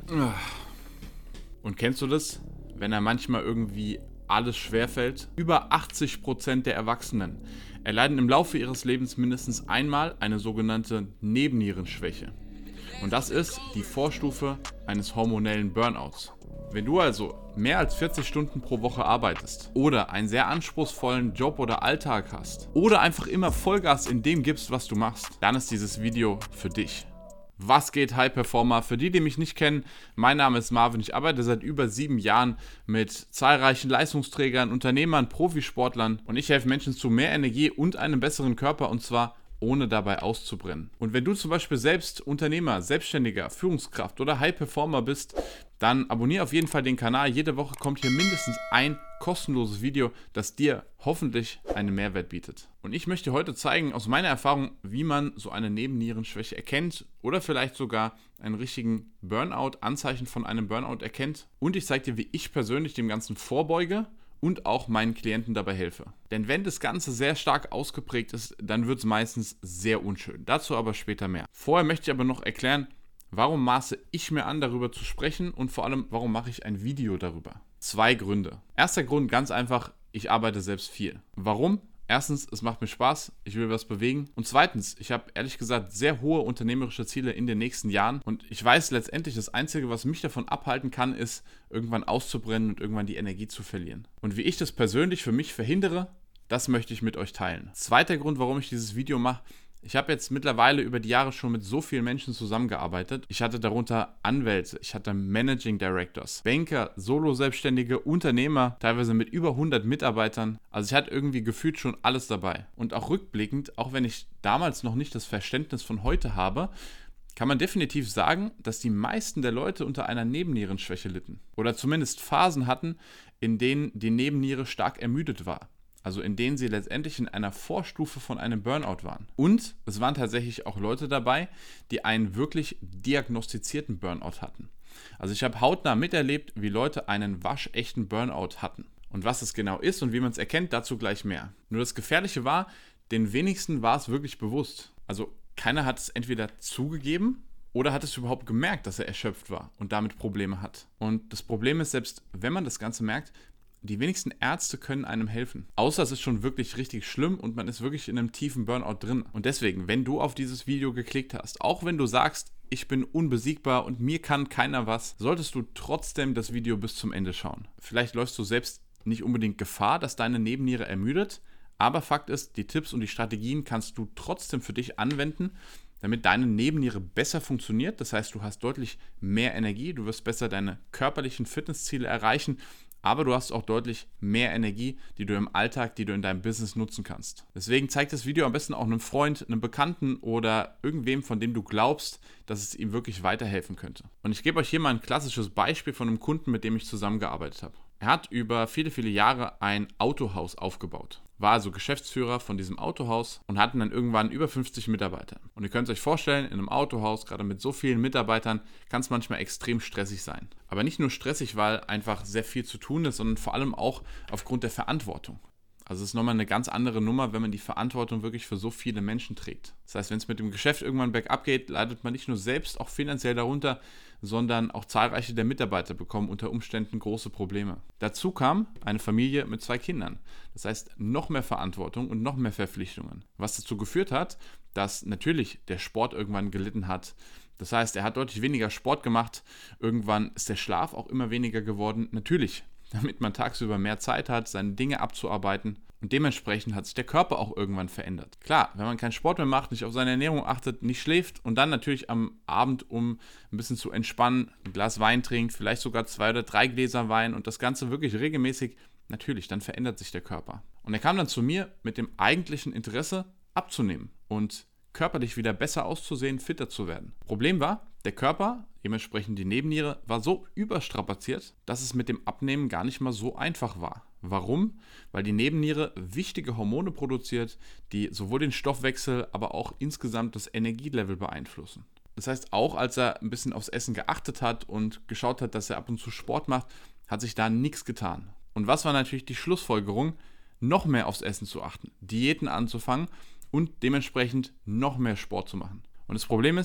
Und kennst du das, wenn er manchmal irgendwie alles schwerfällt? Über 80% der Erwachsenen erleiden im Laufe ihres Lebens mindestens einmal eine sogenannte Nebennierenschwäche. Und das ist die Vorstufe eines hormonellen Burnouts. Wenn du also mehr als 40 Stunden pro Woche arbeitest oder einen sehr anspruchsvollen Job oder Alltag hast oder einfach immer Vollgas in dem gibst, was du machst, dann ist dieses Video für dich. Was geht, High Performer? Für die mich nicht kennen, mein Name ist Marvin. Ich arbeite seit über 7 Jahren mit zahlreichen Leistungsträgern, Unternehmern, Profisportlern und ich helfe Menschen zu mehr Energie und einem besseren Körper, und zwar ohne dabei auszubrennen. Und wenn du zum Beispiel selbst Unternehmer, Selbstständiger, Führungskraft oder High Performer bist, dann abonniere auf jeden Fall den Kanal. Jede Woche kommt hier mindestens ein kostenloses Video, das dir hoffentlich einen Mehrwert bietet. Und ich möchte heute zeigen, aus meiner Erfahrung, wie man so eine Nebennierenschwäche erkennt oder vielleicht sogar einen richtigen Burnout, Anzeichen von einem Burnout erkennt. Und ich zeige dir, wie ich persönlich dem Ganzen vorbeuge und auch meinen Klienten dabei helfe. Denn wenn das Ganze sehr stark ausgeprägt ist, dann wird es meistens sehr unschön. Dazu aber später mehr. Vorher möchte ich aber noch erklären, warum maße ich mir an, darüber zu sprechen und vor allem, warum mache ich ein Video darüber. 2 Gründe. Erster Grund, ganz einfach, ich arbeite selbst viel. Warum? Erstens, es macht mir Spaß, ich will was bewegen. Und zweitens, ich habe ehrlich gesagt sehr hohe unternehmerische Ziele in den nächsten Jahren. Und ich weiß letztendlich, das Einzige, was mich davon abhalten kann, ist, irgendwann auszubrennen und irgendwann die Energie zu verlieren. Und wie ich das persönlich für mich verhindere, das möchte ich mit euch teilen. Zweiter Grund, warum ich dieses Video mache: Ich habe jetzt mittlerweile über die Jahre schon mit so vielen Menschen zusammengearbeitet. Ich hatte darunter Anwälte, ich hatte Managing Directors, Banker, Solo-Selbstständige, Unternehmer, teilweise mit über 100 Mitarbeitern. Also ich hatte irgendwie gefühlt schon alles dabei. Und auch rückblickend, auch wenn ich damals noch nicht das Verständnis von heute habe, kann man definitiv sagen, dass die meisten der Leute unter einer Nebennierenschwäche litten. Oder zumindest Phasen hatten, in denen die Nebenniere stark ermüdet war. Also in denen sie letztendlich in einer Vorstufe von einem Burnout waren. Und es waren tatsächlich auch Leute dabei, die einen wirklich diagnostizierten Burnout hatten. Also ich habe hautnah miterlebt, wie Leute einen waschechten Burnout hatten. Und was es genau ist und wie man es erkennt, dazu gleich mehr. Nur das Gefährliche war, den wenigsten war es wirklich bewusst. Also keiner hat es entweder zugegeben oder hat es überhaupt gemerkt, dass er erschöpft war und damit Probleme hat. Und das Problem ist, selbst wenn man das Ganze merkt, die wenigsten Ärzte können einem helfen. Außer es ist schon wirklich richtig schlimm und man ist wirklich in einem tiefen Burnout drin. Und deswegen, wenn du auf dieses Video geklickt hast, auch wenn du sagst, ich bin unbesiegbar und mir kann keiner was, solltest du trotzdem das Video bis zum Ende schauen. Vielleicht läufst du selbst nicht unbedingt Gefahr, dass deine Nebenniere ermüdet, aber Fakt ist, die Tipps und die Strategien kannst du trotzdem für dich anwenden, damit deine Nebenniere besser funktioniert. Das heißt, du hast deutlich mehr Energie, du wirst besser deine körperlichen Fitnessziele erreichen, aber du hast auch deutlich mehr Energie, die du im Alltag, die du in deinem Business nutzen kannst. Deswegen zeig das Video am besten auch einem Freund, einem Bekannten oder irgendwem, von dem du glaubst, dass es ihm wirklich weiterhelfen könnte. Und ich gebe euch hier mal ein klassisches Beispiel von einem Kunden, mit dem ich zusammengearbeitet habe. Er hat über viele, viele Jahre ein Autohaus aufgebaut. War also Geschäftsführer von diesem Autohaus und hatten dann irgendwann über 50 Mitarbeiter. Und ihr könnt euch vorstellen, in einem Autohaus, gerade mit so vielen Mitarbeitern, kann es manchmal extrem stressig sein. Aber nicht nur stressig, weil einfach sehr viel zu tun ist, sondern vor allem auch aufgrund der Verantwortung. Also es ist nochmal eine ganz andere Nummer, wenn man die Verantwortung wirklich für so viele Menschen trägt. Das heißt, wenn es mit dem Geschäft irgendwann bergab geht, leidet man nicht nur selbst auch finanziell darunter, sondern auch zahlreiche der Mitarbeiter bekommen unter Umständen große Probleme. Dazu kam eine Familie mit 2 Kindern. Das heißt, noch mehr Verantwortung und noch mehr Verpflichtungen. Was dazu geführt hat, dass natürlich der Sport irgendwann gelitten hat. Das heißt, er hat deutlich weniger Sport gemacht. Irgendwann ist der Schlaf auch immer weniger geworden. Natürlich, damit man tagsüber mehr Zeit hat, seine Dinge abzuarbeiten. Und dementsprechend hat sich der Körper auch irgendwann verändert. Klar, wenn man keinen Sport mehr macht, nicht auf seine Ernährung achtet, nicht schläft und dann natürlich am Abend, um ein bisschen zu entspannen, ein Glas Wein trinkt, vielleicht sogar 2 oder 3 Gläser Wein und das Ganze wirklich regelmäßig, natürlich, dann verändert sich der Körper. Und er kam dann zu mir mit dem eigentlichen Interesse, abzunehmen und körperlich wieder besser auszusehen, fitter zu werden. Problem war, der Körper, dementsprechend die Nebenniere, war so überstrapaziert, dass es mit dem Abnehmen gar nicht mal so einfach war. Warum? Weil die Nebenniere wichtige Hormone produziert, die sowohl den Stoffwechsel, aber auch insgesamt das Energielevel beeinflussen. Das heißt, auch als er ein bisschen aufs Essen geachtet hat und geschaut hat, dass er ab und zu Sport macht, hat sich da nichts getan. Und was war natürlich die Schlussfolgerung? Noch mehr aufs Essen zu achten, Diäten anzufangen und dementsprechend noch mehr Sport zu machen. Und das Problem ist,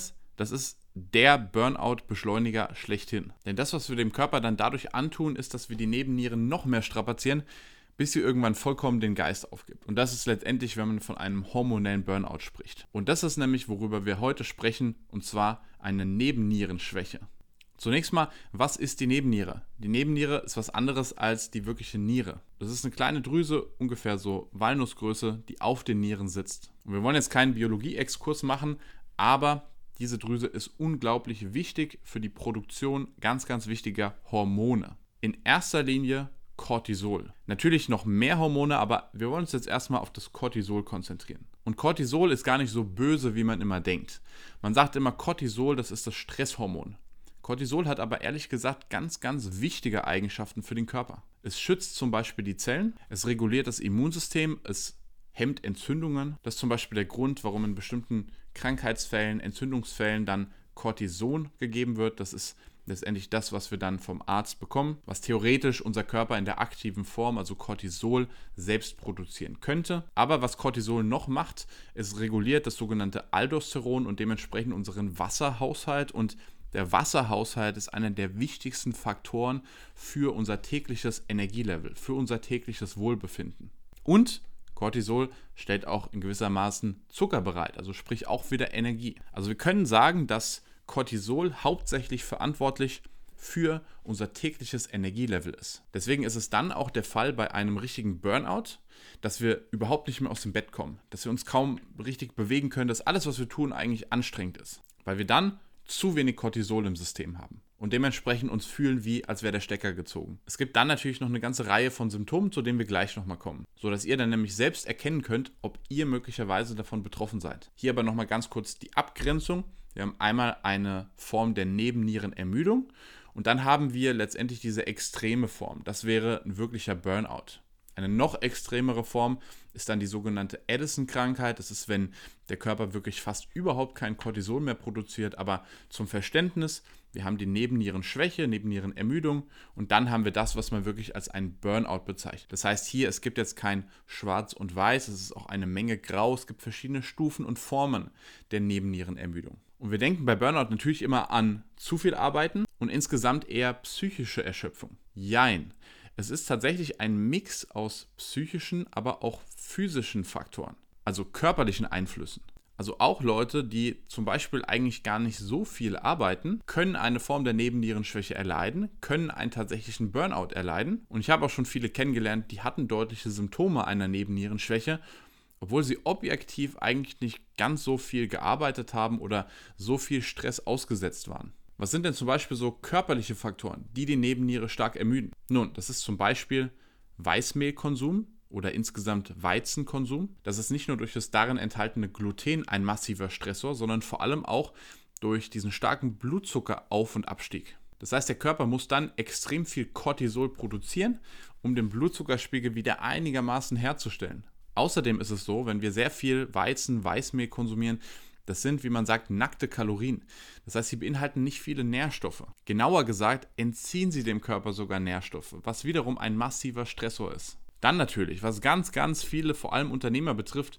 das ist der Burnout-Beschleuniger schlechthin. Denn das, was wir dem Körper dann dadurch antun, ist, dass wir die Nebennieren noch mehr strapazieren, bis sie irgendwann vollkommen den Geist aufgibt. Und das ist letztendlich, wenn man von einem hormonellen Burnout spricht. Und das ist nämlich, worüber wir heute sprechen, und zwar eine Nebennierenschwäche. Zunächst mal, was ist die Nebenniere? Die Nebenniere ist was anderes als die wirkliche Niere. Das ist eine kleine Drüse, ungefähr so Walnussgröße, die auf den Nieren sitzt. Und wir wollen jetzt keinen Biologie-Exkurs machen, aber diese Drüse ist unglaublich wichtig für die Produktion ganz, ganz wichtiger Hormone. In erster Linie Cortisol. Natürlich noch mehr Hormone, aber wir wollen uns jetzt erstmal auf das Cortisol konzentrieren. Und Cortisol ist gar nicht so böse, wie man immer denkt. Man sagt immer, Cortisol, das ist das Stresshormon. Cortisol hat aber ehrlich gesagt ganz, ganz wichtige Eigenschaften für den Körper. Es schützt zum Beispiel die Zellen, es reguliert das Immunsystem, es hemmt Entzündungen. Das ist zum Beispiel der Grund, warum in bestimmten Krankheitsfällen, Entzündungsfällen dann Cortison gegeben wird. Das ist letztendlich das, was wir dann vom Arzt bekommen, was theoretisch unser Körper in der aktiven Form, also Cortisol, selbst produzieren könnte. Aber was Cortisol noch macht, es reguliert das sogenannte Aldosteron und dementsprechend unseren Wasserhaushalt, und der Wasserhaushalt ist einer der wichtigsten Faktoren für unser tägliches Energielevel, für unser tägliches Wohlbefinden. Und Cortisol stellt auch in gewissermaßen Zucker bereit, also sprich auch wieder Energie. Also wir können sagen, dass Cortisol hauptsächlich verantwortlich für unser tägliches Energielevel ist. Deswegen ist es dann auch der Fall bei einem richtigen Burnout, dass wir überhaupt nicht mehr aus dem Bett kommen, dass wir uns kaum richtig bewegen können, dass alles, was wir tun, eigentlich anstrengend ist, weil wir dann zu wenig Cortisol im System haben und dementsprechend uns fühlen, wie als wäre der Stecker gezogen. Es gibt dann natürlich noch eine ganze Reihe von Symptomen, zu denen wir gleich nochmal kommen, sodass ihr dann nämlich selbst erkennen könnt, ob ihr möglicherweise davon betroffen seid. Hier aber nochmal ganz kurz die Abgrenzung. Wir haben einmal eine Form der Nebennierenermüdung und dann haben wir letztendlich diese extreme Form. Das wäre ein wirklicher Burnout. Eine noch extremere Form ist dann die sogenannte Addison-Krankheit. Das ist, wenn der Körper wirklich fast überhaupt kein Cortisol mehr produziert. Aber zum Verständnis, wir haben die Nebennierenschwäche, Nebennierenermüdung und dann haben wir das, was man wirklich als ein Burnout bezeichnet. Das heißt hier, es gibt jetzt kein Schwarz und Weiß, es ist auch eine Menge Grau. Es gibt verschiedene Stufen und Formen der Nebennierenermüdung. Und wir denken bei Burnout natürlich immer an zu viel Arbeiten und insgesamt eher psychische Erschöpfung. Jein. Es ist tatsächlich ein Mix aus psychischen, aber auch physischen Faktoren, also körperlichen Einflüssen. Also auch Leute, die zum Beispiel eigentlich gar nicht so viel arbeiten, können eine Form der Nebennierenschwäche erleiden, können einen tatsächlichen Burnout erleiden. Und ich habe auch schon viele kennengelernt, die hatten deutliche Symptome einer Nebennierenschwäche, obwohl sie objektiv eigentlich nicht ganz so viel gearbeitet haben oder so viel Stress ausgesetzt waren. Was sind denn zum Beispiel so körperliche Faktoren, die die Nebenniere stark ermüden? Nun, das ist zum Beispiel Weißmehlkonsum oder insgesamt Weizenkonsum. Das ist nicht nur durch das darin enthaltene Gluten ein massiver Stressor, sondern vor allem auch durch diesen starken Blutzuckerauf- und Abstieg. Das heißt, der Körper muss dann extrem viel Cortisol produzieren, um den Blutzuckerspiegel wieder einigermaßen herzustellen. Außerdem ist es so, wenn wir sehr viel Weißmehl konsumieren, das sind, wie man sagt, nackte Kalorien. Das heißt, sie beinhalten nicht viele Nährstoffe. Genauer gesagt, entziehen sie dem Körper sogar Nährstoffe, was wiederum ein massiver Stressor ist. Dann natürlich, was ganz, ganz viele, vor allem Unternehmer betrifft,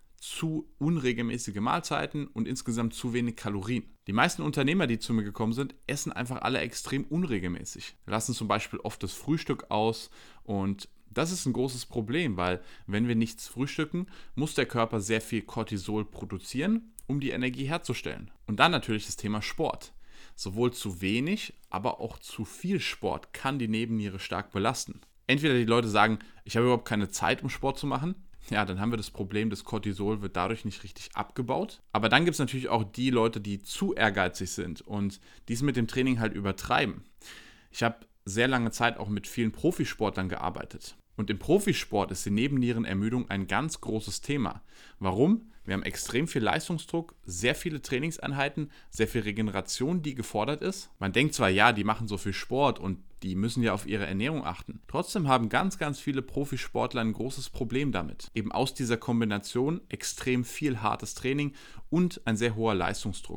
zu unregelmäßige Mahlzeiten und insgesamt zu wenig Kalorien. Die meisten Unternehmer, die zu mir gekommen sind, essen einfach alle extrem unregelmäßig. Lassen zum Beispiel oft das Frühstück aus und das ist ein großes Problem, weil wenn wir nichts frühstücken, muss der Körper sehr viel Cortisol produzieren, um die Energie herzustellen. Und dann natürlich das Thema Sport. Sowohl zu wenig, aber auch zu viel Sport kann die Nebenniere stark belasten. Entweder die Leute sagen, ich habe überhaupt keine Zeit, um Sport zu machen. Ja, dann haben wir das Problem, das Cortisol wird dadurch nicht richtig abgebaut. Aber dann gibt es natürlich auch die Leute, die zu ehrgeizig sind und dies mit dem Training halt übertreiben. Ich habe sehr lange Zeit auch mit vielen Profisportlern gearbeitet. Und im Profisport ist die Nebennierenermüdung ein ganz großes Thema. Warum? Wir haben extrem viel Leistungsdruck, sehr viele Trainingseinheiten, sehr viel Regeneration, die gefordert ist. Man denkt zwar, ja, die machen so viel Sport und die müssen ja auf ihre Ernährung achten. Trotzdem haben ganz, ganz viele Profisportler ein großes Problem damit. Eben aus dieser Kombination extrem viel hartes Training und ein sehr hoher Leistungsdruck.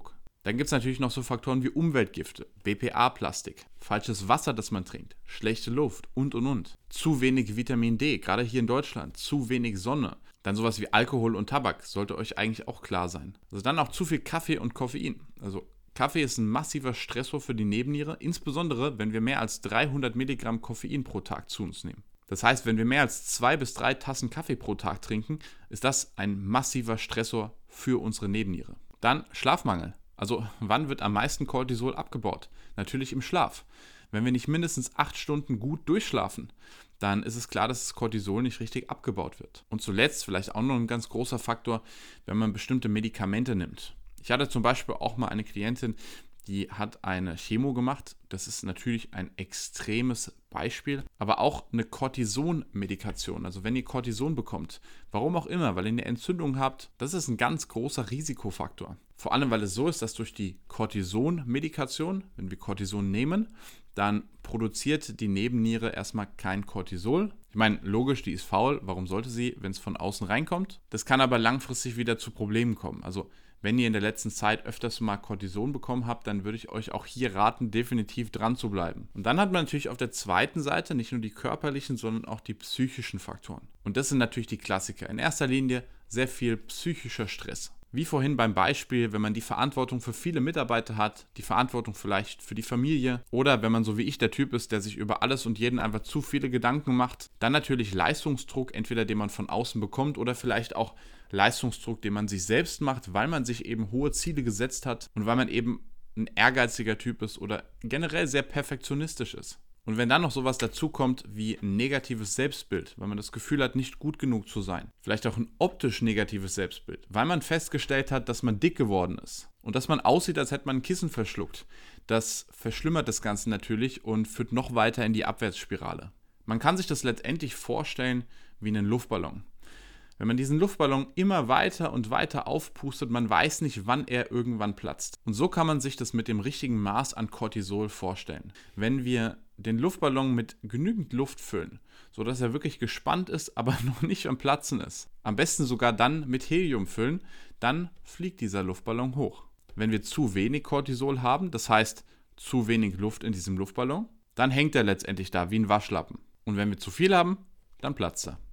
Dann gibt es natürlich noch so Faktoren wie Umweltgifte, BPA-Plastik, falsches Wasser, das man trinkt, schlechte Luft und. Zu wenig Vitamin D, gerade hier in Deutschland, zu wenig Sonne. Dann sowas wie Alkohol und Tabak, sollte euch eigentlich auch klar sein. Also dann auch zu viel Kaffee und Koffein. Also Kaffee ist ein massiver Stressor für die Nebenniere, insbesondere wenn wir mehr als 300 Milligramm Koffein pro Tag zu uns nehmen. Das heißt, wenn wir mehr als 2 bis 3 Tassen Kaffee pro Tag trinken, ist das ein massiver Stressor für unsere Nebenniere. Dann Schlafmangel. Also wann wird am meisten Cortisol abgebaut? Natürlich im Schlaf. Wenn wir nicht mindestens 8 Stunden gut durchschlafen, dann ist es klar, dass das Cortisol nicht richtig abgebaut wird. Und zuletzt vielleicht auch noch ein ganz großer Faktor, wenn man bestimmte Medikamente nimmt. Ich hatte zum Beispiel auch mal eine Klientin, die hat eine Chemo gemacht. Das ist natürlich ein extremes Beispiel, aber auch eine Cortison-Medikation. Also wenn ihr Cortison bekommt, warum auch immer, weil ihr eine Entzündung habt, das ist ein ganz großer Risikofaktor. Vor allem, weil es so ist, dass durch die Cortison-Medikation, wenn wir Cortison nehmen, dann produziert die Nebenniere erstmal kein Cortisol. Ich meine, logisch, die ist faul. Warum sollte sie, wenn es von außen reinkommt? Das kann aber langfristig wieder zu Problemen kommen. Also wenn ihr in der letzten Zeit öfters mal Cortison bekommen habt, dann würde ich euch auch hier raten, definitiv dran zu bleiben. Und dann hat man natürlich auf der zweiten Seite nicht nur die körperlichen, sondern auch die psychischen Faktoren. Und das sind natürlich die Klassiker. In erster Linie sehr viel psychischer Stress. Wie vorhin beim Beispiel, wenn man die Verantwortung für viele Mitarbeiter hat, die Verantwortung vielleicht für die Familie oder wenn man so wie ich der Typ ist, der sich über alles und jeden einfach zu viele Gedanken macht, dann natürlich Leistungsdruck, entweder den man von außen bekommt oder vielleicht auch Leistungsdruck, den man sich selbst macht, weil man sich eben hohe Ziele gesetzt hat und weil man eben ein ehrgeiziger Typ ist oder generell sehr perfektionistisch ist. Und wenn dann noch sowas dazukommt wie ein negatives Selbstbild, weil man das Gefühl hat, nicht gut genug zu sein, vielleicht auch ein optisch negatives Selbstbild, weil man festgestellt hat, dass man dick geworden ist und dass man aussieht, als hätte man ein Kissen verschluckt, das verschlimmert das Ganze natürlich und führt noch weiter in die Abwärtsspirale. Man kann sich das letztendlich vorstellen wie einen Luftballon. Wenn man diesen Luftballon immer weiter und weiter aufpustet, man weiß nicht, wann er irgendwann platzt. Und so kann man sich das mit dem richtigen Maß an Cortisol vorstellen. Wenn wir den Luftballon mit genügend Luft füllen, sodass er wirklich gespannt ist, aber noch nicht am Platzen ist, am besten sogar dann mit Helium füllen, dann fliegt dieser Luftballon hoch. Wenn wir zu wenig Cortisol haben, das heißt zu wenig Luft in diesem Luftballon, dann hängt er letztendlich da wie ein Waschlappen. Und wenn wir zu viel haben, dann platzt er.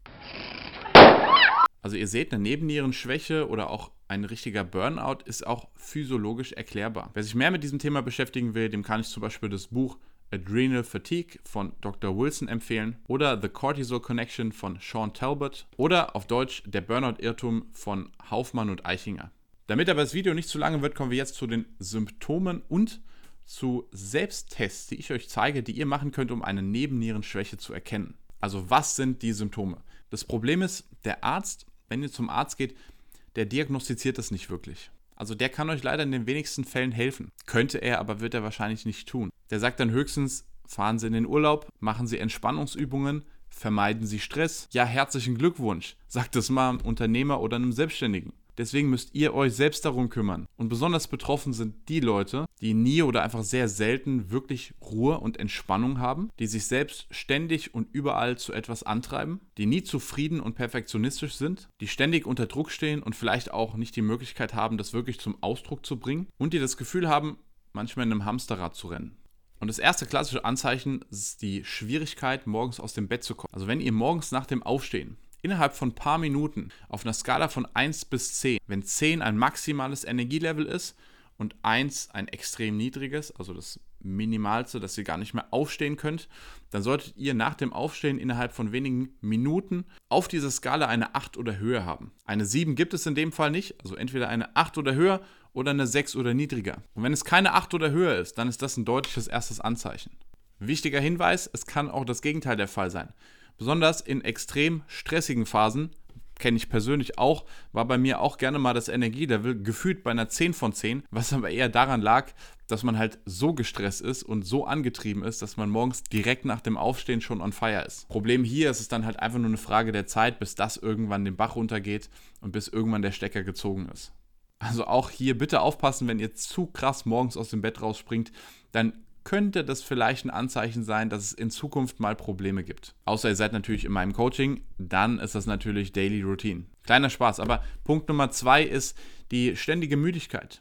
Also ihr seht, eine Nebennierenschwäche oder auch ein richtiger Burnout ist auch physiologisch erklärbar. Wer sich mehr mit diesem Thema beschäftigen will, dem kann ich zum Beispiel das Buch Adrenal Fatigue von Dr. Wilson empfehlen oder The Cortisol Connection von Sean Talbot oder auf Deutsch Der Burnout-Irrtum von Haufmann und Eichinger. Damit aber das Video nicht zu lange wird, kommen wir jetzt zu den Symptomen und zu Selbsttests, die ich euch zeige, die ihr machen könnt, um eine Nebennierenschwäche zu erkennen. Also was sind die Symptome? Das Problem ist, der Arzt, wenn ihr zum Arzt geht, der diagnostiziert das nicht wirklich. Also der kann euch leider in den wenigsten Fällen helfen. Könnte er, aber wird er wahrscheinlich nicht tun. Der sagt dann höchstens, fahren Sie in den Urlaub, machen Sie Entspannungsübungen, vermeiden Sie Stress. Ja, herzlichen Glückwunsch, sagt es mal einem Unternehmer oder einem Selbstständigen. Deswegen müsst ihr euch selbst darum kümmern. Und besonders betroffen sind die Leute, die nie oder einfach sehr selten wirklich Ruhe und Entspannung haben, die sich selbst ständig und überall zu etwas antreiben, die nie zufrieden und perfektionistisch sind, die ständig unter Druck stehen und vielleicht auch nicht die Möglichkeit haben, das wirklich zum Ausdruck zu bringen und die das Gefühl haben, manchmal in einem Hamsterrad zu rennen. Und das erste klassische Anzeichen ist die Schwierigkeit, morgens aus dem Bett zu kommen. Also wenn ihr morgens nach dem Aufstehen innerhalb von ein paar Minuten auf einer Skala von 1 bis 10, wenn 10 ein maximales Energielevel ist und 1 ein extrem niedriges, also das Minimalste, dass ihr gar nicht mehr aufstehen könnt, dann solltet ihr nach dem Aufstehen innerhalb von wenigen Minuten auf dieser Skala eine 8 oder höher haben. Eine 7 gibt es in dem Fall nicht, also entweder eine 8 oder höher oder eine 6 oder niedriger. Und wenn es keine 8 oder höher ist, dann ist das ein deutliches erstes Anzeichen. Wichtiger Hinweis, es kann auch das Gegenteil der Fall sein. Besonders in extrem stressigen Phasen, kenne ich persönlich auch, war bei mir auch gerne mal das Energielevel gefühlt bei einer 10 von 10, was aber eher daran lag, dass man halt so gestresst ist und so angetrieben ist, dass man morgens direkt nach dem Aufstehen schon on fire ist. Problem hier ist es dann halt einfach nur eine Frage der Zeit, bis das irgendwann den Bach runtergeht und bis irgendwann der Stecker gezogen ist. Also auch hier bitte aufpassen, wenn ihr zu krass morgens aus dem Bett rausspringt, dann könnte das vielleicht ein Anzeichen sein, dass es in Zukunft mal Probleme gibt. Außer ihr seid natürlich in meinem Coaching, dann ist das natürlich Daily Routine. Kleiner Spaß, aber Punkt Nummer 2 ist die ständige Müdigkeit.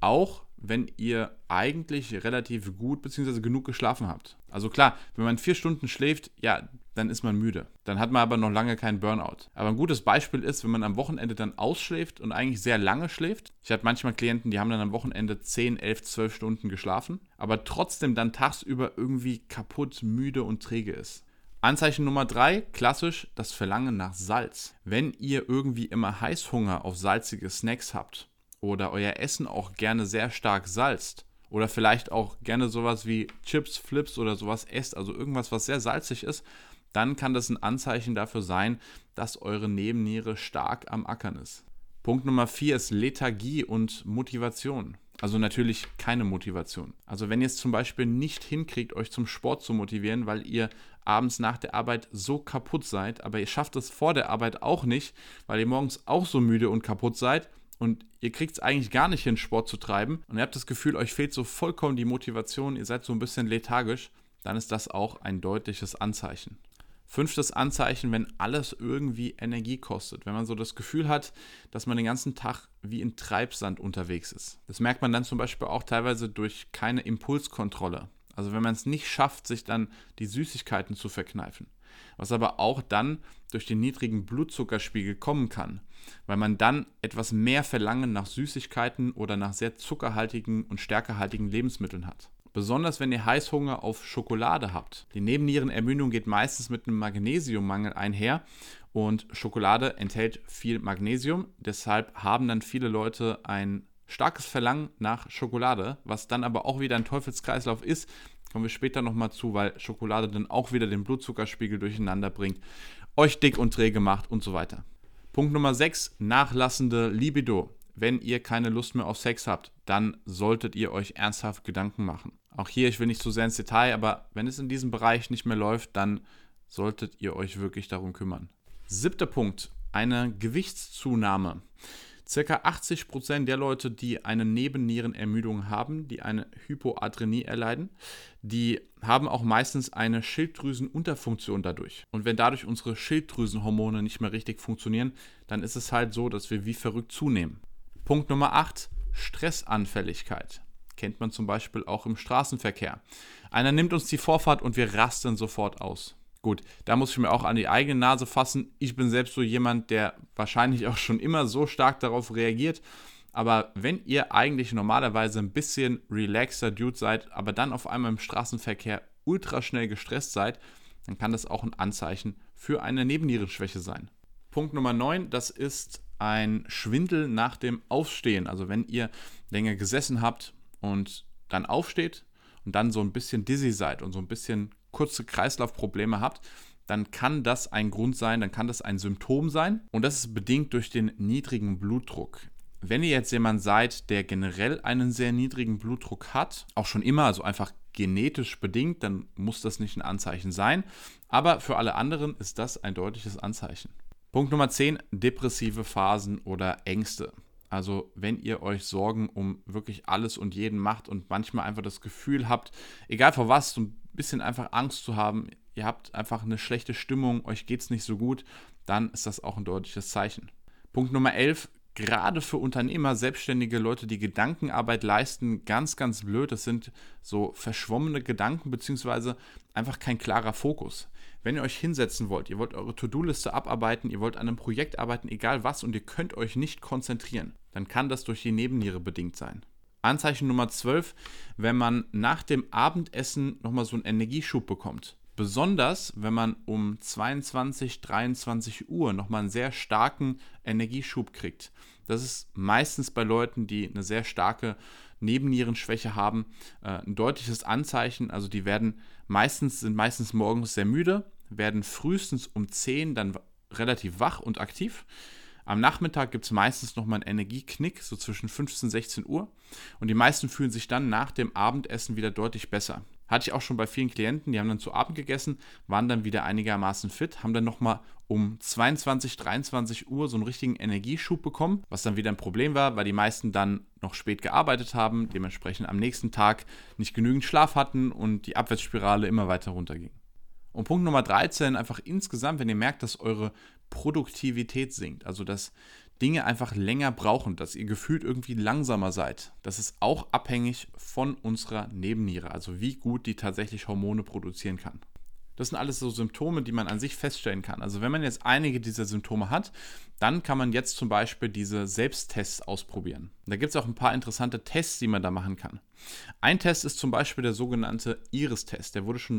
auch wenn ihr eigentlich relativ gut bzw. genug geschlafen habt. Also klar, wenn man 4 Stunden schläft, ja, dann ist man müde. Dann hat man aber noch lange keinen Burnout. Aber ein gutes Beispiel ist, wenn man am Wochenende dann ausschläft und eigentlich sehr lange schläft. Ich hatte manchmal Klienten, die haben dann am Wochenende 10, 11, 12 Stunden geschlafen, aber trotzdem dann tagsüber irgendwie kaputt, müde und träge ist. Anzeichen Nummer 3, klassisch, das Verlangen nach Salz. Wenn ihr irgendwie immer Heißhunger auf salzige Snacks habt oder euer Essen auch gerne sehr stark salzt oder vielleicht auch gerne sowas wie Chips, Flips oder sowas esst, also irgendwas, was sehr salzig ist, dann kann das ein Anzeichen dafür sein, dass eure Nebenniere stark am Ackern ist. Punkt Nummer 4 ist Lethargie und Motivation. Also natürlich keine Motivation. Also wenn ihr es zum Beispiel nicht hinkriegt, euch zum Sport zu motivieren, weil ihr abends nach der Arbeit so kaputt seid, aber ihr schafft es vor der Arbeit auch nicht, weil ihr morgens auch so müde und kaputt seid und ihr kriegt es eigentlich gar nicht hin, Sport zu treiben und ihr habt das Gefühl, euch fehlt so vollkommen die Motivation, ihr seid so ein bisschen lethargisch, dann ist das auch ein deutliches Anzeichen. 5. Anzeichen, wenn alles irgendwie Energie kostet. Wenn man so das Gefühl hat, dass man den ganzen Tag wie in Treibsand unterwegs ist. Das merkt man dann zum Beispiel auch teilweise durch keine Impulskontrolle. Also wenn man es nicht schafft, sich dann die Süßigkeiten zu verkneifen. Was aber auch dann durch den niedrigen Blutzuckerspiegel kommen kann. Weil man dann etwas mehr Verlangen nach Süßigkeiten oder nach sehr zuckerhaltigen und stärkehaltigen Lebensmitteln hat. Besonders wenn ihr Heißhunger auf Schokolade habt. Die Nebennierenermüdung geht meistens mit einem Magnesiummangel einher und Schokolade enthält viel Magnesium. Deshalb haben dann viele Leute ein starkes Verlangen nach Schokolade, was dann aber auch wieder ein Teufelskreislauf ist. Kommen wir später nochmal zu, weil Schokolade dann auch wieder den Blutzuckerspiegel durcheinander bringt, euch dick und träge macht und so weiter. Punkt Nummer 6, nachlassende Libido. Wenn ihr keine Lust mehr auf Sex habt, dann solltet ihr euch ernsthaft Gedanken machen. Auch hier, ich will nicht zu sehr ins Detail, aber wenn es in diesem Bereich nicht mehr läuft, dann solltet ihr euch wirklich darum kümmern. 7. Punkt, eine Gewichtszunahme. Circa 80% der Leute, die eine Nebennierenermüdung haben, die eine Hypoadrenie erleiden, die haben auch meistens eine Schilddrüsenunterfunktion dadurch. Und wenn dadurch unsere Schilddrüsenhormone nicht mehr richtig funktionieren, dann ist es halt so, dass wir wie verrückt zunehmen. Punkt Nummer 8, Stressanfälligkeit. Kennt man zum Beispiel auch im Straßenverkehr. Einer nimmt uns die Vorfahrt und wir rasten sofort aus. Gut, da muss ich mir auch an die eigene Nase fassen. Ich bin selbst so jemand, der wahrscheinlich auch schon immer so stark darauf reagiert. Aber wenn ihr eigentlich normalerweise ein bisschen relaxer Dude seid, aber dann auf einmal im Straßenverkehr ultra schnell gestresst seid, dann kann das auch ein Anzeichen für eine Nebennierenschwäche sein. Punkt Nummer 9, das ist ein Schwindel nach dem Aufstehen. Also wenn ihr länger gesessen habt und dann aufsteht und dann so ein bisschen dizzy seid und so ein bisschen kurze Kreislaufprobleme habt, dann kann das ein Grund sein, dann kann das ein Symptom sein und das ist bedingt durch den niedrigen Blutdruck. Wenn ihr jetzt jemand seid, der generell einen sehr niedrigen Blutdruck hat, auch schon immer, also einfach genetisch bedingt, dann muss das nicht ein Anzeichen sein, aber für alle anderen ist das ein deutliches Anzeichen. Punkt Nummer 10, depressive Phasen oder Ängste. Also wenn ihr euch Sorgen um wirklich alles und jeden macht und manchmal einfach das Gefühl habt, egal vor was, so ein bisschen einfach Angst zu haben, ihr habt einfach eine schlechte Stimmung, euch geht es nicht so gut, dann ist das auch ein deutliches Zeichen. Punkt Nummer 11, gerade für Unternehmer, selbstständige Leute, die Gedankenarbeit leisten, ganz, ganz blöd. Das sind so verschwommene Gedanken beziehungsweise einfach kein klarer Fokus. Wenn ihr euch hinsetzen wollt, ihr wollt eure To-Do-Liste abarbeiten, ihr wollt an einem Projekt arbeiten, egal was, und ihr könnt euch nicht konzentrieren, dann kann das durch die Nebenniere bedingt sein. Anzeichen Nummer 12, wenn man nach dem Abendessen nochmal so einen Energieschub bekommt. Besonders, wenn man um 22, 23 Uhr nochmal einen sehr starken Energieschub kriegt. Das ist meistens bei Leuten, die eine sehr starke Nebennierenschwäche haben, ein deutliches Anzeichen. Also die sind meistens morgens sehr müde, werden frühestens um 10 dann relativ wach und aktiv. Am Nachmittag gibt es meistens nochmal einen Energieknick, so zwischen 15 und 16 Uhr. Und die meisten fühlen sich dann nach dem Abendessen wieder deutlich besser. Hatte ich auch schon bei vielen Klienten, die haben dann zu Abend gegessen, waren dann wieder einigermaßen fit, haben dann nochmal um 22, 23 Uhr so einen richtigen Energieschub bekommen, was dann wieder ein Problem war, weil die meisten dann noch spät gearbeitet haben, dementsprechend am nächsten Tag nicht genügend Schlaf hatten und die Abwärtsspirale immer weiter runterging. Und Punkt Nummer 13, einfach insgesamt, wenn ihr merkt, dass eure Produktivität sinkt, also dass Dinge einfach länger brauchen, dass ihr gefühlt irgendwie langsamer seid. Das ist auch abhängig von unserer Nebenniere, also wie gut die tatsächlich Hormone produzieren kann. Das sind alles so Symptome, die man an sich feststellen kann. Also wenn man jetzt einige dieser Symptome hat, dann kann man jetzt zum Beispiel diese Selbsttests ausprobieren. Da gibt es auch ein paar interessante Tests, die man da machen kann. Ein Test ist zum Beispiel der sogenannte Iris-Test. Der wurde schon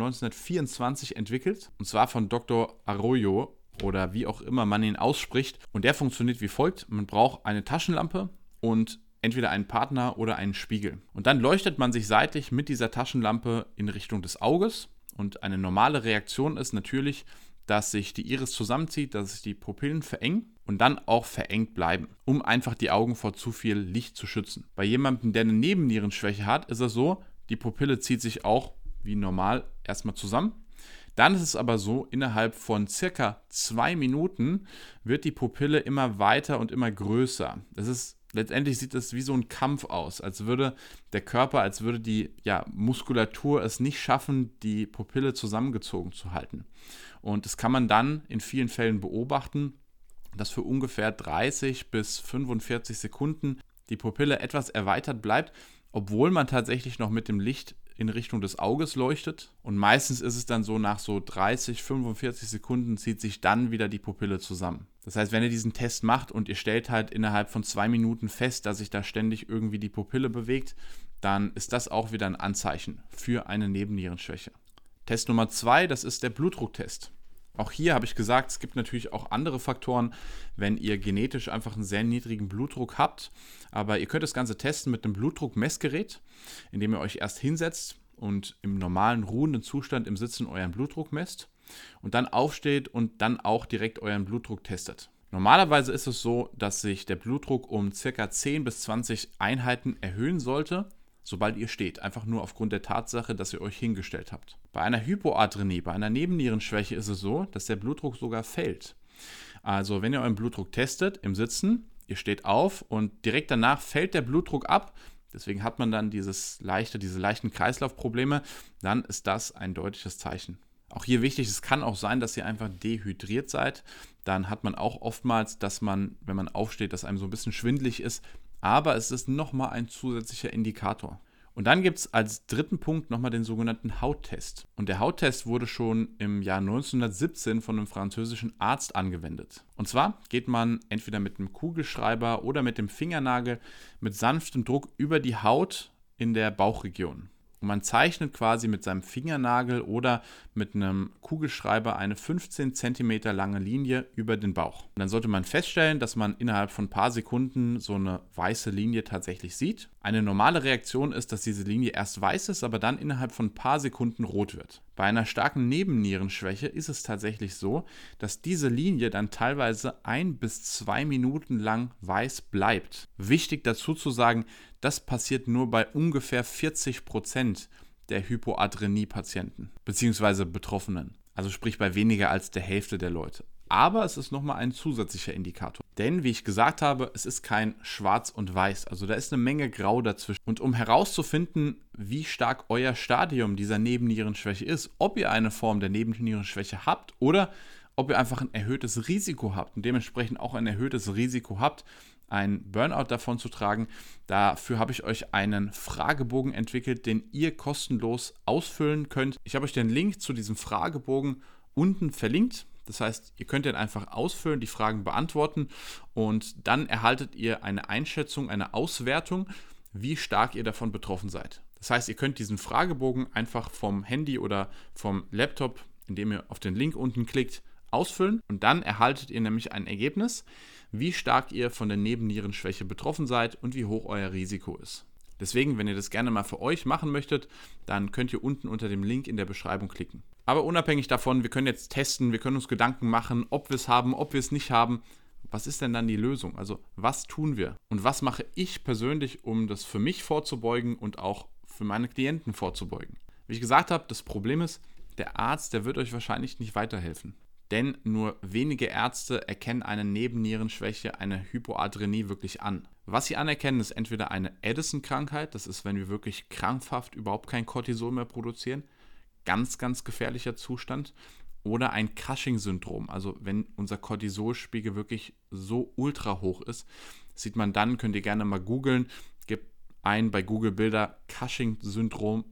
1924 entwickelt, und zwar von Dr. Arroyo oder wie auch immer man ihn ausspricht. Und der funktioniert wie folgt. Man braucht eine Taschenlampe und entweder einen Partner oder einen Spiegel. Und dann leuchtet man sich seitlich mit dieser Taschenlampe in Richtung des Auges. Und eine normale Reaktion ist natürlich, dass sich die Iris zusammenzieht, dass sich die Pupillen verengen und dann auch verengt bleiben, um einfach die Augen vor zu viel Licht zu schützen. Bei jemandem, der eine Nebennierenschwäche hat, ist es so, die Pupille zieht sich auch wie normal erstmal zusammen. Dann ist es aber so, innerhalb von circa 2 Minuten wird die Pupille immer weiter und immer größer. Letztendlich sieht es wie so ein Kampf aus, als würde der Körper, als würde die Muskulatur es nicht schaffen, die Pupille zusammengezogen zu halten. Und das kann man dann in vielen Fällen beobachten, dass für ungefähr 30 bis 45 Sekunden die Pupille etwas erweitert bleibt, obwohl man tatsächlich noch mit dem Licht in Richtung des Auges leuchtet. Und meistens ist es dann so, nach so 30, 45 Sekunden zieht sich dann wieder die Pupille zusammen. Das heißt, wenn ihr diesen Test macht und ihr stellt halt innerhalb von 2 Minuten fest, dass sich da ständig irgendwie die Pupille bewegt, dann ist das auch wieder ein Anzeichen für eine Nebennierenschwäche. Test Nummer 2, das ist der Blutdrucktest. Auch hier habe ich gesagt, es gibt natürlich auch andere Faktoren, wenn ihr genetisch einfach einen sehr niedrigen Blutdruck habt. Aber ihr könnt das Ganze testen mit einem Blutdruckmessgerät, indem ihr euch erst hinsetzt und im normalen ruhenden Zustand im Sitzen euren Blutdruck messt und dann aufsteht und dann auch direkt euren Blutdruck testet. Normalerweise ist es so, dass sich der Blutdruck um ca. 10 bis 20 Einheiten erhöhen sollte, sobald ihr steht, einfach nur aufgrund der Tatsache, dass ihr euch hingestellt habt. Bei einer Hypoadrenie, bei einer Nebennierenschwäche ist es so, dass der Blutdruck sogar fällt. Also wenn ihr euren Blutdruck testet im Sitzen, ihr steht auf und direkt danach fällt der Blutdruck ab, deswegen hat man dann diese leichten Kreislaufprobleme, dann ist das ein deutliches Zeichen. Auch hier wichtig, es kann auch sein, dass ihr einfach dehydriert seid. Dann hat man auch oftmals, dass man, wenn man aufsteht, dass einem so ein bisschen schwindelig ist. Aber es ist nochmal ein zusätzlicher Indikator. Und dann gibt es als dritten Punkt nochmal den sogenannten Hauttest. Und der Hauttest wurde schon im Jahr 1917 von einem französischen Arzt angewendet. Und zwar geht man entweder mit einem Kugelschreiber oder mit dem Fingernagel mit sanftem Druck über die Haut in der Bauchregion. Und man zeichnet quasi mit seinem Fingernagel oder mit einem Kugelschreiber eine 15 cm lange Linie über den Bauch. Und dann sollte man feststellen, dass man innerhalb von ein paar Sekunden so eine weiße Linie tatsächlich sieht. Eine normale Reaktion ist, dass diese Linie erst weiß ist, aber dann innerhalb von ein paar Sekunden rot wird. Bei einer starken Nebennierenschwäche ist es tatsächlich so, dass diese Linie dann teilweise 1 bis 2 Minuten lang weiß bleibt. Wichtig dazu zu sagen, das passiert nur bei ungefähr 40% der Hypoadrenie-Patienten bzw. Betroffenen. Also sprich bei weniger als der Hälfte der Leute. Aber es ist nochmal ein zusätzlicher Indikator. Denn, wie ich gesagt habe, es ist kein Schwarz und Weiß. Also da ist eine Menge Grau dazwischen. Und um herauszufinden, wie stark euer Stadium dieser Nebennierenschwäche ist, ob ihr eine Form der Nebennierenschwäche habt oder ob ihr einfach ein erhöhtes Risiko habt und dementsprechend auch ein erhöhtes Risiko habt, ein Burnout davon zu tragen. Dafür habe ich euch einen Fragebogen entwickelt, den ihr kostenlos ausfüllen könnt. Ich habe euch den Link zu diesem Fragebogen unten verlinkt. Das heißt, ihr könnt den einfach ausfüllen, die Fragen beantworten und dann erhaltet ihr eine Einschätzung, eine Auswertung, wie stark ihr davon betroffen seid. Das heißt, ihr könnt diesen Fragebogen einfach vom Handy oder vom Laptop, indem ihr auf den Link unten klickt, ausfüllen und dann erhaltet ihr nämlich ein Ergebnis, wie stark ihr von der Nebennierenschwäche betroffen seid und wie hoch euer Risiko ist. Deswegen, wenn ihr das gerne mal für euch machen möchtet, dann könnt ihr unten unter dem Link in der Beschreibung klicken. Aber unabhängig davon, wir können jetzt testen, wir können uns Gedanken machen, ob wir es haben, ob wir es nicht haben. Was ist denn dann die Lösung? Also was tun wir? Und was mache ich persönlich, um das für mich vorzubeugen und auch für meine Klienten vorzubeugen? Wie ich gesagt habe, das Problem ist, der Arzt, der wird euch wahrscheinlich nicht weiterhelfen. Denn nur wenige Ärzte erkennen eine Nebennierenschwäche, eine Hypoadrenie wirklich an. Was sie anerkennen, ist entweder eine Addison-Krankheit, das ist, wenn wir wirklich krampfhaft überhaupt kein Cortisol mehr produzieren, ganz, ganz gefährlicher Zustand. oder ein Cushing-Syndrom. Also wenn unser Cortisolspiegel wirklich so ultra hoch ist, sieht man dann, könnt ihr gerne mal googeln, gebt ein bei Google Bilder Cushing-Syndrom,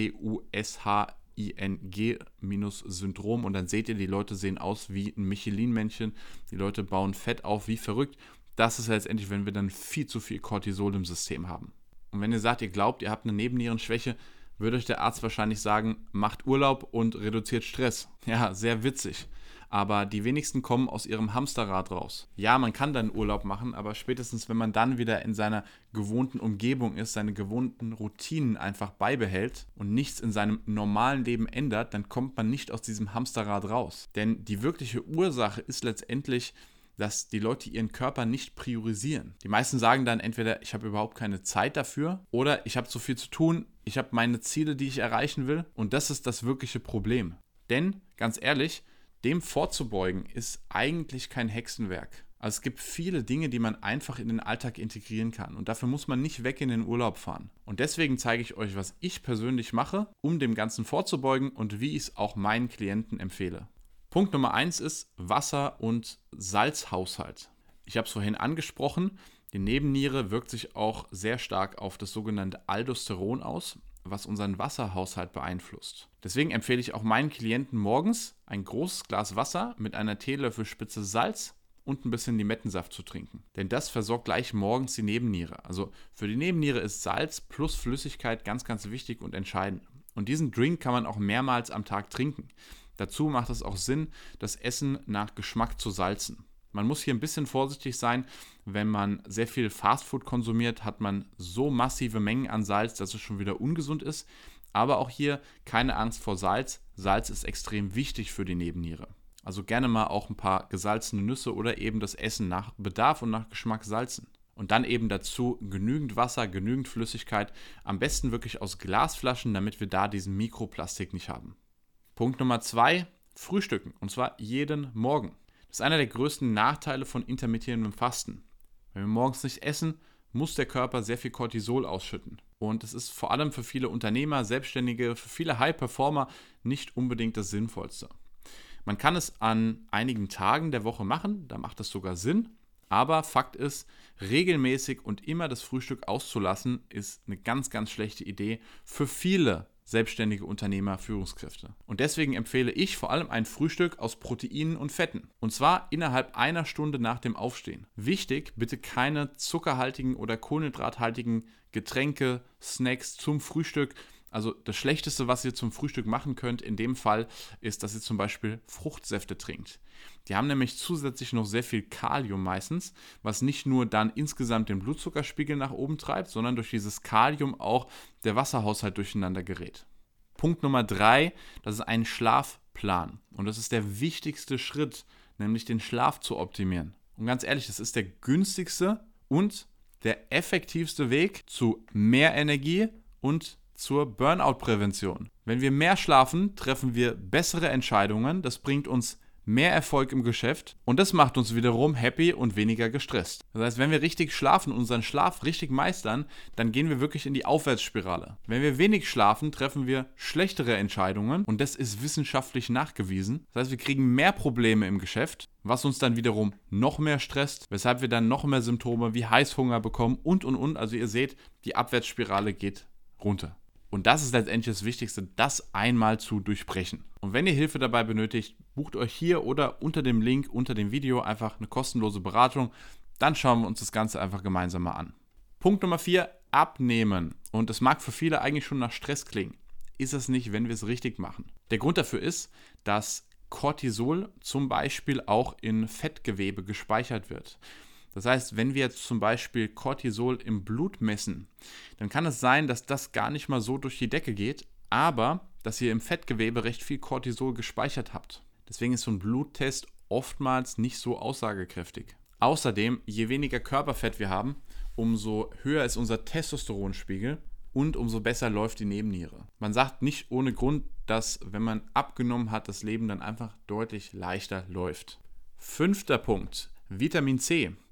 Cushing-Syndrom und dann seht ihr, die Leute sehen aus wie ein Michelin-Männchen, die Leute bauen Fett auf wie verrückt. Das ist letztendlich, wenn wir dann viel zu viel Cortisol im System haben. Und wenn ihr sagt, ihr glaubt, ihr habt eine Nebennierenschwäche, würde euch der Arzt wahrscheinlich sagen, macht Urlaub und reduziert Stress. Ja, sehr witzig. Aber die wenigsten kommen aus ihrem Hamsterrad raus. Ja, man kann dann Urlaub machen, aber spätestens, wenn man dann wieder in seiner gewohnten Umgebung ist, seine gewohnten Routinen einfach beibehält und nichts in seinem normalen Leben ändert, dann kommt man nicht aus diesem Hamsterrad raus. Denn die wirkliche Ursache ist letztendlich, dass die Leute ihren Körper nicht priorisieren. Die meisten sagen dann entweder, ich habe überhaupt keine Zeit dafür oder ich habe zu viel zu tun, ich habe meine Ziele, die ich erreichen will und das ist das wirkliche Problem. Denn, ganz ehrlich, dem vorzubeugen ist eigentlich kein Hexenwerk. Also es gibt viele Dinge, die man einfach in den Alltag integrieren kann und dafür muss man nicht weg in den Urlaub fahren. Und deswegen zeige ich euch, was ich persönlich mache, um dem Ganzen vorzubeugen und wie ich es auch meinen Klienten empfehle. Punkt Nummer 1 ist Wasser- und Salzhaushalt. Ich habe es vorhin angesprochen, die Nebenniere wirkt sich auch sehr stark auf das sogenannte Aldosteron aus, was unseren Wasserhaushalt beeinflusst. Deswegen empfehle ich auch meinen Klienten morgens ein großes Glas Wasser mit einer Teelöffelspitze Salz und ein bisschen Limettensaft zu trinken. Denn das versorgt gleich morgens die Nebenniere. Also für die Nebenniere ist Salz plus Flüssigkeit ganz, ganz wichtig und entscheidend. Und diesen Drink kann man auch mehrmals am Tag trinken. Dazu macht es auch Sinn, das Essen nach Geschmack zu salzen. Man muss hier ein bisschen vorsichtig sein, wenn man sehr viel Fastfood konsumiert, hat man so massive Mengen an Salz, dass es schon wieder ungesund ist. Aber auch hier keine Angst vor Salz. Salz ist extrem wichtig für die Nebenniere. Also gerne mal auch ein paar gesalzene Nüsse oder eben das Essen nach Bedarf und nach Geschmack salzen. Und dann eben dazu genügend Wasser, genügend Flüssigkeit, am besten wirklich aus Glasflaschen, damit wir da diesen Mikroplastik nicht haben. Punkt Nummer 2, Frühstücken, und zwar jeden Morgen. Das ist einer der größten Nachteile von intermittierendem Fasten. Wenn wir morgens nicht essen, muss der Körper sehr viel Cortisol ausschütten. Und es ist vor allem für viele Unternehmer, Selbstständige, für viele High-Performer nicht unbedingt das Sinnvollste. Man kann es an einigen Tagen der Woche machen, da macht es sogar Sinn. Aber Fakt ist, regelmäßig und immer das Frühstück auszulassen, ist eine ganz, ganz schlechte Idee für viele selbstständige Unternehmer, Führungskräfte. Und deswegen empfehle ich vor allem ein Frühstück aus Proteinen und Fetten. Und zwar innerhalb einer Stunde nach dem Aufstehen. Wichtig, bitte keine zuckerhaltigen oder kohlenhydrathaltigen Getränke, Snacks zum Frühstück. Also das Schlechteste, was ihr zum Frühstück machen könnt, in dem Fall, ist, dass ihr zum Beispiel Fruchtsäfte trinkt. Die haben nämlich zusätzlich noch sehr viel Kalium meistens, was nicht nur dann insgesamt den Blutzuckerspiegel nach oben treibt, sondern durch dieses Kalium auch der Wasserhaushalt durcheinander gerät. Punkt Nummer 3, das ist ein Schlafplan. Und das ist der wichtigste Schritt, nämlich den Schlaf zu optimieren. Und ganz ehrlich, das ist der günstigste und der effektivste Weg zu mehr Energie und zur Burnout-Prävention. Wenn wir mehr schlafen, treffen wir bessere Entscheidungen, das bringt uns mehr Erfolg im Geschäft und das macht uns wiederum happy und weniger gestresst. Das heißt, wenn wir richtig schlafen und unseren Schlaf richtig meistern, dann gehen wir wirklich in die Aufwärtsspirale. Wenn wir wenig schlafen, treffen wir schlechtere Entscheidungen und das ist wissenschaftlich nachgewiesen. Das heißt, wir kriegen mehr Probleme im Geschäft, was uns dann wiederum noch mehr stresst, weshalb wir dann noch mehr Symptome wie Heißhunger bekommen und. Also ihr seht, die Abwärtsspirale geht runter. Und das ist letztendlich das Wichtigste, das einmal zu durchbrechen. Und wenn ihr Hilfe dabei benötigt, bucht euch hier oder unter dem Link unter dem Video einfach eine kostenlose Beratung. Dann schauen wir uns das Ganze einfach gemeinsam mal an. Punkt Nummer 4, abnehmen. Und es mag für viele eigentlich schon nach Stress klingen. Ist es nicht, wenn wir es richtig machen. Der Grund dafür ist, dass Cortisol zum Beispiel auch in Fettgewebe gespeichert wird. Das heißt, wenn wir jetzt zum Beispiel Cortisol im Blut messen, dann kann es sein, dass das gar nicht mal so durch die Decke geht, aber dass ihr im Fettgewebe recht viel Cortisol gespeichert habt. Deswegen ist so ein Bluttest oftmals nicht so aussagekräftig. Außerdem, je weniger Körperfett wir haben, umso höher ist unser Testosteronspiegel und umso besser läuft die Nebenniere. Man sagt nicht ohne Grund, dass, wenn man abgenommen hat, das Leben dann einfach deutlich leichter läuft. 5. Punkt, Vitamin C.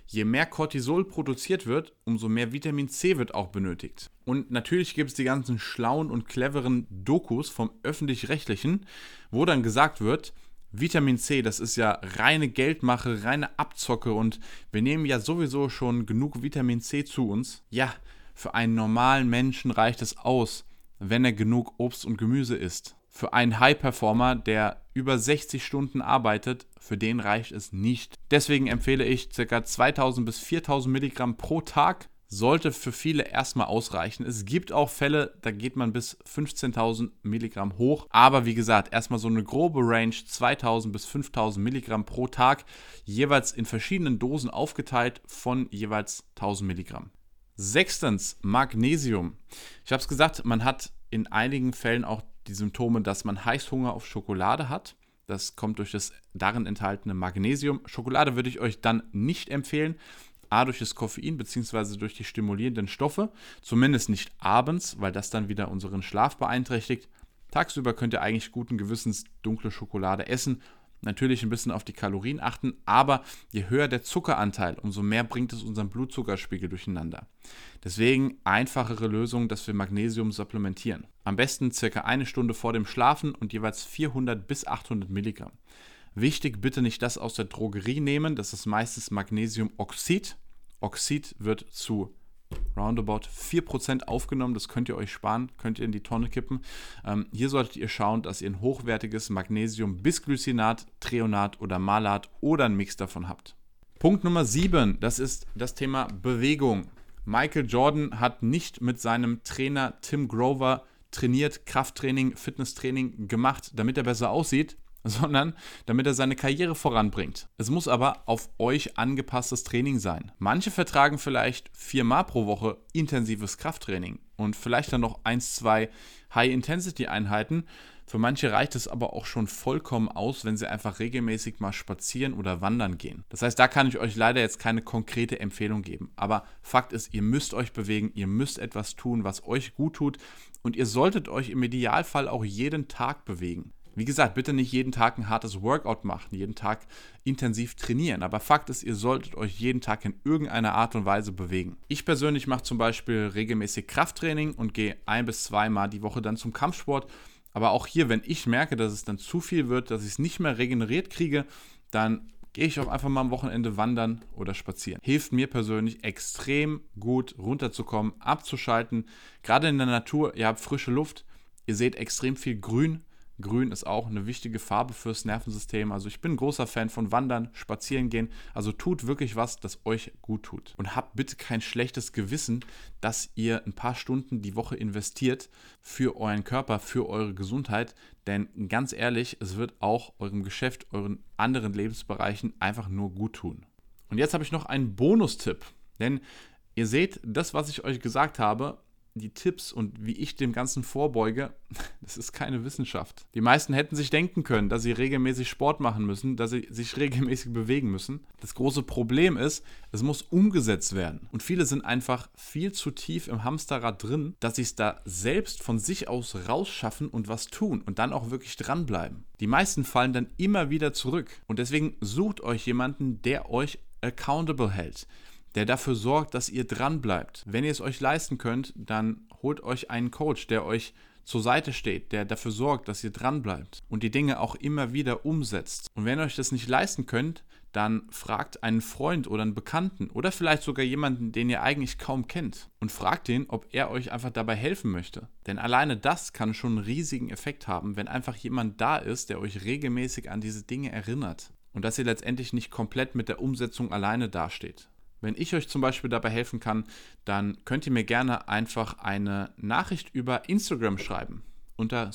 Je mehr Cortisol produziert wird, umso mehr Vitamin C wird auch benötigt. Und natürlich gibt es die ganzen schlauen und cleveren Dokus vom Öffentlich-Rechtlichen, wo dann gesagt wird, Vitamin C, das ist ja reine Geldmache, reine Abzocke und wir nehmen ja sowieso schon genug Vitamin C zu uns. Ja, für einen normalen Menschen reicht es aus, wenn er genug Obst und Gemüse isst. Für einen High-Performer, der über 60 Stunden arbeitet, für den reicht es nicht. Deswegen empfehle ich ca. 2000 bis 4000 Milligramm pro Tag. Sollte für viele erstmal ausreichen. Es gibt auch Fälle, da geht man bis 15.000 Milligramm hoch. Aber wie gesagt, erstmal so eine grobe Range, 2.000 bis 5.000 Milligramm pro Tag, jeweils in verschiedenen Dosen aufgeteilt von jeweils 1.000 Milligramm. Sechstens, Magnesium. Ich habe es gesagt, man hat in einigen Fällen auch die Symptome, dass man Heißhunger auf Schokolade hat. Das kommt durch das darin enthaltene Magnesium. Schokolade würde ich euch dann nicht empfehlen. A, durch das Koffein bzw. durch die stimulierenden Stoffe. Zumindest nicht abends, weil das dann wieder unseren Schlaf beeinträchtigt. Tagsüber könnt ihr eigentlich guten Gewissens dunkle Schokolade essen. Natürlich ein bisschen auf die Kalorien achten, aber je höher der Zuckeranteil, umso mehr bringt es unseren Blutzuckerspiegel durcheinander. Deswegen einfachere Lösung, dass wir Magnesium supplementieren. Am besten circa 1 Stunde vor dem Schlafen und jeweils 400 bis 800 Milligramm. Wichtig, bitte nicht das aus der Drogerie nehmen, das ist meistens Magnesiumoxid. Oxid wird zu roundabout 4% aufgenommen, das könnt ihr euch sparen, könnt ihr in die Tonne kippen. Hier solltet ihr schauen, dass ihr ein hochwertiges Magnesium-Bisglycinat, Treonat oder Malat oder einen Mix davon habt. Punkt Nummer 7, das ist das Thema Bewegung. Michael Jordan hat nicht mit seinem Trainer Tim Grover trainiert, Krafttraining, Fitnesstraining gemacht, damit er besser aussieht, sondern damit er seine Karriere voranbringt. Es muss aber auf euch angepasstes Training sein. Manche vertragen vielleicht 4-mal pro Woche intensives Krafttraining und vielleicht dann noch 1-2 High-Intensity-Einheiten. Für manche reicht es aber auch schon vollkommen aus, wenn sie einfach regelmäßig mal spazieren oder wandern gehen. Das heißt, da kann ich euch leider jetzt keine konkrete Empfehlung geben. Aber Fakt ist, ihr müsst euch bewegen, ihr müsst etwas tun, was euch gut tut und ihr solltet euch im Idealfall auch jeden Tag bewegen. Wie gesagt, bitte nicht jeden Tag ein hartes Workout machen, jeden Tag intensiv trainieren. Aber Fakt ist, ihr solltet euch jeden Tag in irgendeiner Art und Weise bewegen. Ich persönlich mache zum Beispiel regelmäßig Krafttraining und gehe 1- bis 2-mal die Woche dann zum Kampfsport. Aber auch hier, wenn ich merke, dass es dann zu viel wird, dass ich es nicht mehr regeneriert kriege, dann gehe ich auch einfach mal am Wochenende wandern oder spazieren. Hilft mir persönlich extrem gut runterzukommen, abzuschalten. Gerade in der Natur, ihr habt frische Luft, ihr seht extrem viel Grün. Grün ist auch eine wichtige Farbe fürs Nervensystem. Also ich bin ein großer Fan von Wandern, Spazieren gehen. Also tut wirklich was, das euch gut tut. Und habt bitte kein schlechtes Gewissen, dass ihr ein paar Stunden die Woche investiert für euren Körper, für eure Gesundheit. Denn ganz ehrlich, es wird auch eurem Geschäft, euren anderen Lebensbereichen einfach nur gut tun. Und jetzt habe ich noch einen Bonustipp. Denn ihr seht, das, was ich euch gesagt habe, die Tipps und wie ich dem Ganzen vorbeuge, das ist keine Wissenschaft. Die meisten hätten sich denken können, dass sie regelmäßig Sport machen müssen, dass sie sich regelmäßig bewegen müssen. Das große Problem ist, es muss umgesetzt werden. Und viele sind einfach viel zu tief im Hamsterrad drin, dass sie es da selbst von sich aus rausschaffen und was tun und dann auch wirklich dranbleiben. Die meisten fallen dann immer wieder zurück. Und deswegen sucht euch jemanden, der euch accountable hält, der dafür sorgt, dass ihr dran bleibt. Wenn ihr es euch leisten könnt, dann holt euch einen Coach, der euch zur Seite steht, der dafür sorgt, dass ihr dran bleibt und die Dinge auch immer wieder umsetzt. Und wenn ihr euch das nicht leisten könnt, dann fragt einen Freund oder einen Bekannten oder vielleicht sogar jemanden, den ihr eigentlich kaum kennt und fragt ihn, ob er euch einfach dabei helfen möchte. Denn alleine das kann schon einen riesigen Effekt haben, wenn einfach jemand da ist, der euch regelmäßig an diese Dinge erinnert und dass ihr letztendlich nicht komplett mit der Umsetzung alleine dasteht. Wenn ich euch zum Beispiel dabei helfen kann, dann könnt ihr mir gerne einfach eine Nachricht über Instagram schreiben. Unter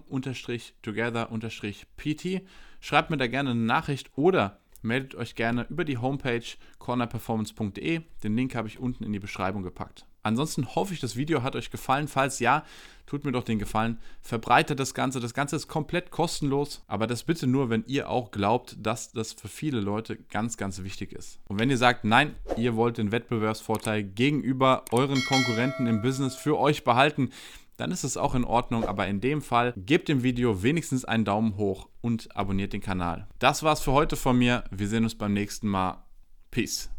strong-together-pt. Schreibt mir da gerne eine Nachricht oder meldet euch gerne über die Homepage cornerperformance.de. Den Link habe ich unten in die Beschreibung gepackt. Ansonsten hoffe ich, das Video hat euch gefallen. Falls ja, tut mir doch den Gefallen, verbreitet das Ganze. Das Ganze ist komplett kostenlos, aber das bitte nur, wenn ihr auch glaubt, dass das für viele Leute ganz, ganz wichtig ist. Und wenn ihr sagt, nein, ihr wollt den Wettbewerbsvorteil gegenüber euren Konkurrenten im Business für euch behalten, dann ist es auch in Ordnung, aber in dem Fall gebt dem Video wenigstens einen Daumen hoch und abonniert den Kanal. Das war's für heute von mir. Wir sehen uns beim nächsten Mal. Peace.